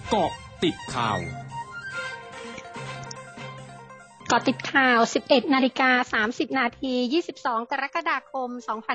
เกาะติดข่าว 11:30 น. 22 กรกฎาคม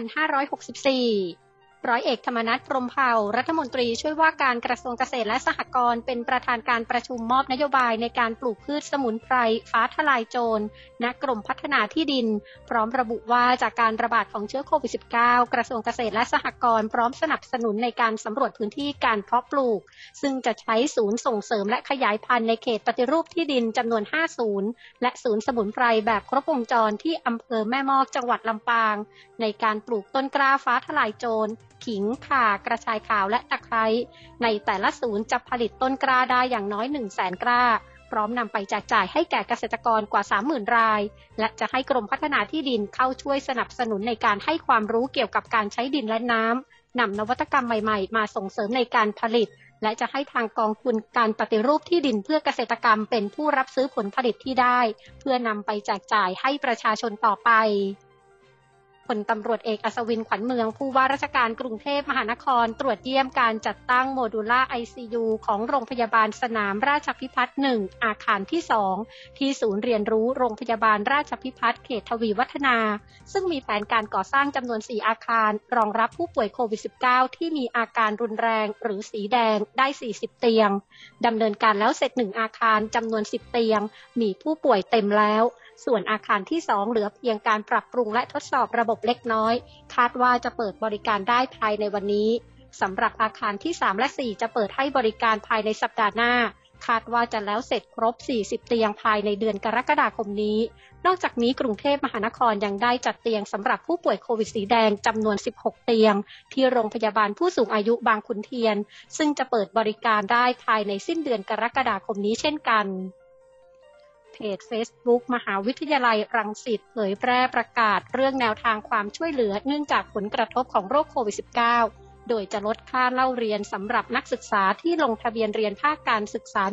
2564ร้อยเอกธรรมนัส พรหมเผ่ารัฐมนตรีช่วยว่าการกระทรวงเกษตรและสหกรณ์เป็นประธานการประชุมมอบนโยบายในการปลูกพืชสมุนไพรฟ้าทลายโจรณกรมพัฒนาที่ดินพร้อมระบุว่าจากการระบาดของเชื้อโควิด -19 กระทรวงเกษตรและสหกรณ์พร้อมสนับสนุนในการสำรวจพื้นที่การเพาะปลูกซึ่งจะใช้ศูนย์ส่งเสริมและขยายพันธุ์ในเขตปฏิรูปที่ดินจำนวน5ศูนย์และศูนย์สมุนไพรแบบครบวงจรที่อำเภอแม่มอกจังหวัดลำปางในการปลูกต้นกล้าฟ้าทลายโจรขิงข่ากระชายขาวและตะไคร้ในแต่ละศูนย์จะผลิตต้นกล้าได้อย่างน้อย 100,000 กล้าพร้อมนำไปแจกจ่ายให้แก่เกษตรกรกว่า 30,000 รายและจะให้กรมพัฒนาที่ดินเข้าช่วยสนับสนุนในการให้ความรู้เกี่ยวกับการใช้ดินและน้ำนำนวัตกรรมใหม่ๆมาส่งเสริมในการผลิตและจะให้ทางกองทุนการปฏิรูปที่ดินเพื่อเกษตรกรรมเป็นผู้รับซื้อผลผลิตที่ได้เพื่อนำไปแจกจ่ายให้ประชาชนต่อไปพลตำรวจเอกอัศวินขวัญเมืองผู้ว่าราชการกรุงเทพมหานครตรวจเยี่ยมการจัดตั้งโมดูล่า ICU ของโรงพยาบาลสนามราชพิพัฒน์ 1 อาคารที่ 2 ที่ศูนย์เรียนรู้โรงพยาบาลราชพิพัฒน์เขตทวีวัฒนาซึ่งมีแผนการก่อสร้างจำนวน 4 อาคารรองรับผู้ป่วยโควิด -19 ที่มีอาการรุนแรงหรือสีแดงได้ 40 เตียงดำเนินการแล้วเสร็จ 1 อาคารจำนวน 10 เตียงมีผู้ป่วยเต็มแล้วส่วนอาคารที่ 2 เหลือเพียงการปรับปรุงและทดสอบระบบเล็กน้อยคาดว่าจะเปิดบริการได้ภายในวันนี้สำหรับอาคารที่ 3 และ 4 จะเปิดให้บริการภายในสัปดาห์หน้าคาดว่าจะแล้วเสร็จครบ 40 เตียงภายในเดือนกรกฎาคมนี้นอกจากนี้กรุงเทพมหานครยังได้จัดเตียงสำหรับผู้ป่วยโควิดสีแดงจำนวน 16 เตียงที่โรงพยาบาลผู้สูงอายุบางขุนเทียนซึ่งจะเปิดบริการได้ภายในสิ้นเดือนกรกฎาคมนี้เช่นกันเพจ Facebook มหาวิทยาลัยรังสิตเผยแพร่ประกาศเรื่องแนวทางความช่วยเหลือเนื่องจากผลกระทบของโรคโควิด -19 โดยจะลดค่าเล่าเรียนสำหรับนักศึกษาที่ลงทะเบียนเรียนภาคการศึกษา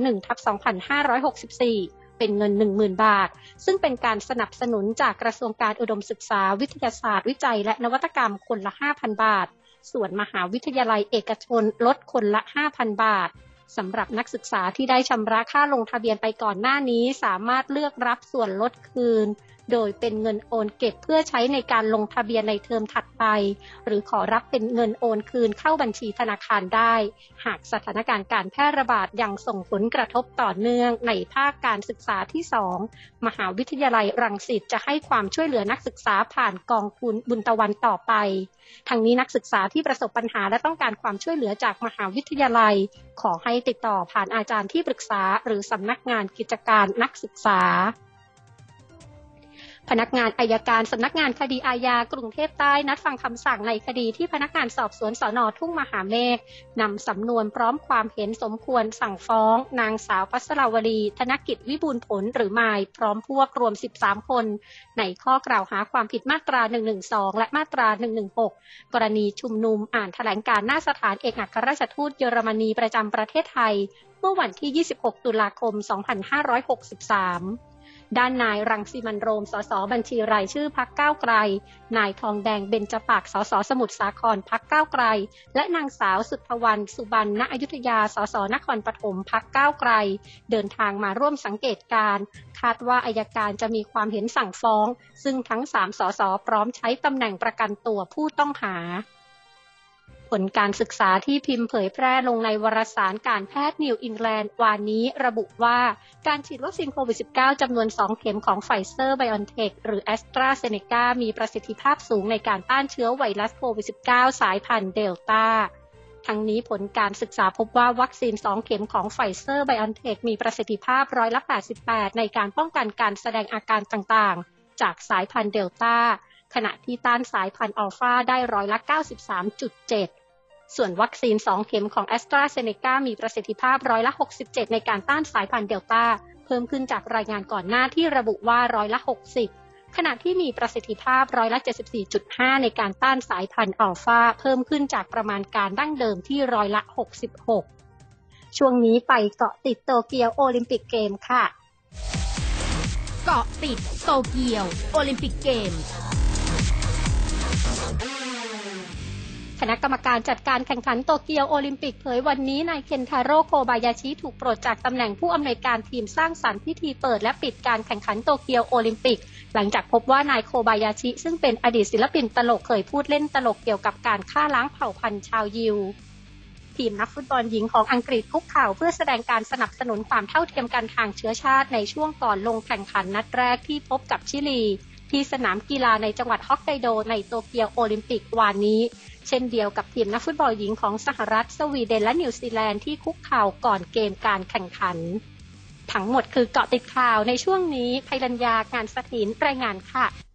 1/2564 เป็นเงิน 10,000 บาทซึ่งเป็นการสนับสนุนจากกระทรวงการอุดมศึกษาวิทยาศาสตร์วิจัยและนวัตกรรมคนละ 5,000 บาทส่วนมหาวิทยาลัยเอกชนลดคนละ 5,000 บาทสำหรับนักศึกษาที่ได้ชำระค่าลงทะเบียนไปก่อนหน้านี้สามารถเลือกรับส่วนลดคืนโดยเป็นเงินโอนเก็บเพื่อใช้ในการลงทะเบียนในเทอมถัดไปหรือขอรับเป็นเงินโอนคืนเข้าบัญชีธนาคารได้หากสถานการณ์การแพร่ระบาดยังส่งผลกระทบต่อเนื่องในภาคการศึกษาที่ 2 มหาวิทยาลัยรังสิตจะให้ความช่วยเหลือนักศึกษาผ่านกองทุนบุญตะวันต่อไปทั้งนี้นักศึกษาที่ประสบปัญหาและต้องการความช่วยเหลือจากมหาวิทยาลัยขอให้ติดต่อผ่านอาจารย์ที่ปรึกษาหรือสำนักงานกิจการนักศึกษาพนักงานอัยการสำนักงานคดีอาญากรุงเทพใต้นัดฟังคำสั่งในคดีที่พนักงานสอบสวนสน.ทุ่งมหาเมฆนำสำนวนพร้อมความเห็นสมควรสั่งฟ้องนางสาวภัสราวลีธนกิจวิบูลย์ผลหรือมายพร้อมพวกรวม13คนในข้อกล่าวหาความผิดมาตรา112และมาตรา116กรณีชุมนุมอ่านแถลงการณ์หน้าสถานเอกอัครราชทูตเยอรมนีประจำประเทศไทยเมื่อวันที่26 ตุลาคม 2563ด้านนายรังสิมันต์โรมสสบัญชีรายชื่อพรรคก้าวไกลนายทองแดงเบญจปากสสสมุทรสาครพรรคก้าวไกลและนางสาวสุทธวรรณสุบรรณอยุธยาสสนครปฐมพรรคก้าวไกลเดินทางมาร่วมสังเกตการณ์คาดว่าอัยการจะมีความเห็นสั่งฟ้องซึ่งทั้ง3สสพร้อมใช้ตำแหน่งประกันตัวผู้ต้องหาผลการศึกษาที่พิมพ์เผยแพร่ลงในวารสารการแพทย์นิวอิงแลนด์วานนี้ระบุว่าการฉีดวัคซีนโควิด -19 จำนวน 2 เข็มของไฟเซอร์ไบออนเทคหรือแอสตราเซเนกามีประสิทธิภาพสูงในการต้านเชื้อไวรัสโควิด -19 สายพันธุ์เดลต้าทั้งนี้ผลการศึกษาพบว่าวัคซีน2เข็มของไฟเซอร์ไบออนเทคมีประสิทธิภาพ88%ในการป้องกันการแสดงอาการต่างๆจากสายพันธุ์เดลต้าขณะที่ต้านสายพันธุ์อัลฟาได้93.7%ส่วนวัคซีน2เข็มของ AstraZeneca มีประสิทธิภาพ67%ในการต้านสายพันธุ์เดลต้าเพิ่มขึ้นจากรายงานก่อนหน้าที่ระบุว่า60%ขณะที่มีประสิทธิภาพ74.5%ในการต้านสายพันธุ์อัลฟาเพิ่มขึ้นจากประมาณการดั้งเดิมที่66%ช่วงนี้ไปเกาะติดโตเกียวโอลิมปิกเกมค่ะเกาะติดโตเกียวโอลิมปิกเกมคณะกรรมการจัดการแข่งขันโตเกียวโอลิมปิกเผยวันนี้นายเคนทาโร่โคบายาชิถูกปลดจากตำแหน่งผู้อำนวยการทีมสร้างสรรค์พิธีเปิดและปิดการแข่งขันโตเกียวโอลิมปิกหลังจากพบว่านายโคบายาชิซึ่งเป็นอดีตศิลปินตลกเคยพูดเล่นตลกเกี่ยวกับการฆ่าล้างเผ่าพันธุ์ชาวยิวทีมนักฟุตบอลหญิงของอังกฤษคุกเข่าเพื่อแสดงการสนับสนุนความเท่าเทียมกันทางเชื้อชาติในช่วงก่อนลงแข่งขันนัดแรกที่พบกับชิลีที่สนามกีฬาในจังหวัดฮอกไกโดในโตเกียวโอลิมปิกวานนี้เช่นเดียวกับทีมนักฟุตบอลหญิงของสหรัฐสวีเดนและนิวซีแลนด์ที่คุกเข่าก่อนเกมการแข่งขันทั้งหมดคือเกาะติดข่าวในช่วงนี้ภัยรัญญางานสถินรายงานค่ะ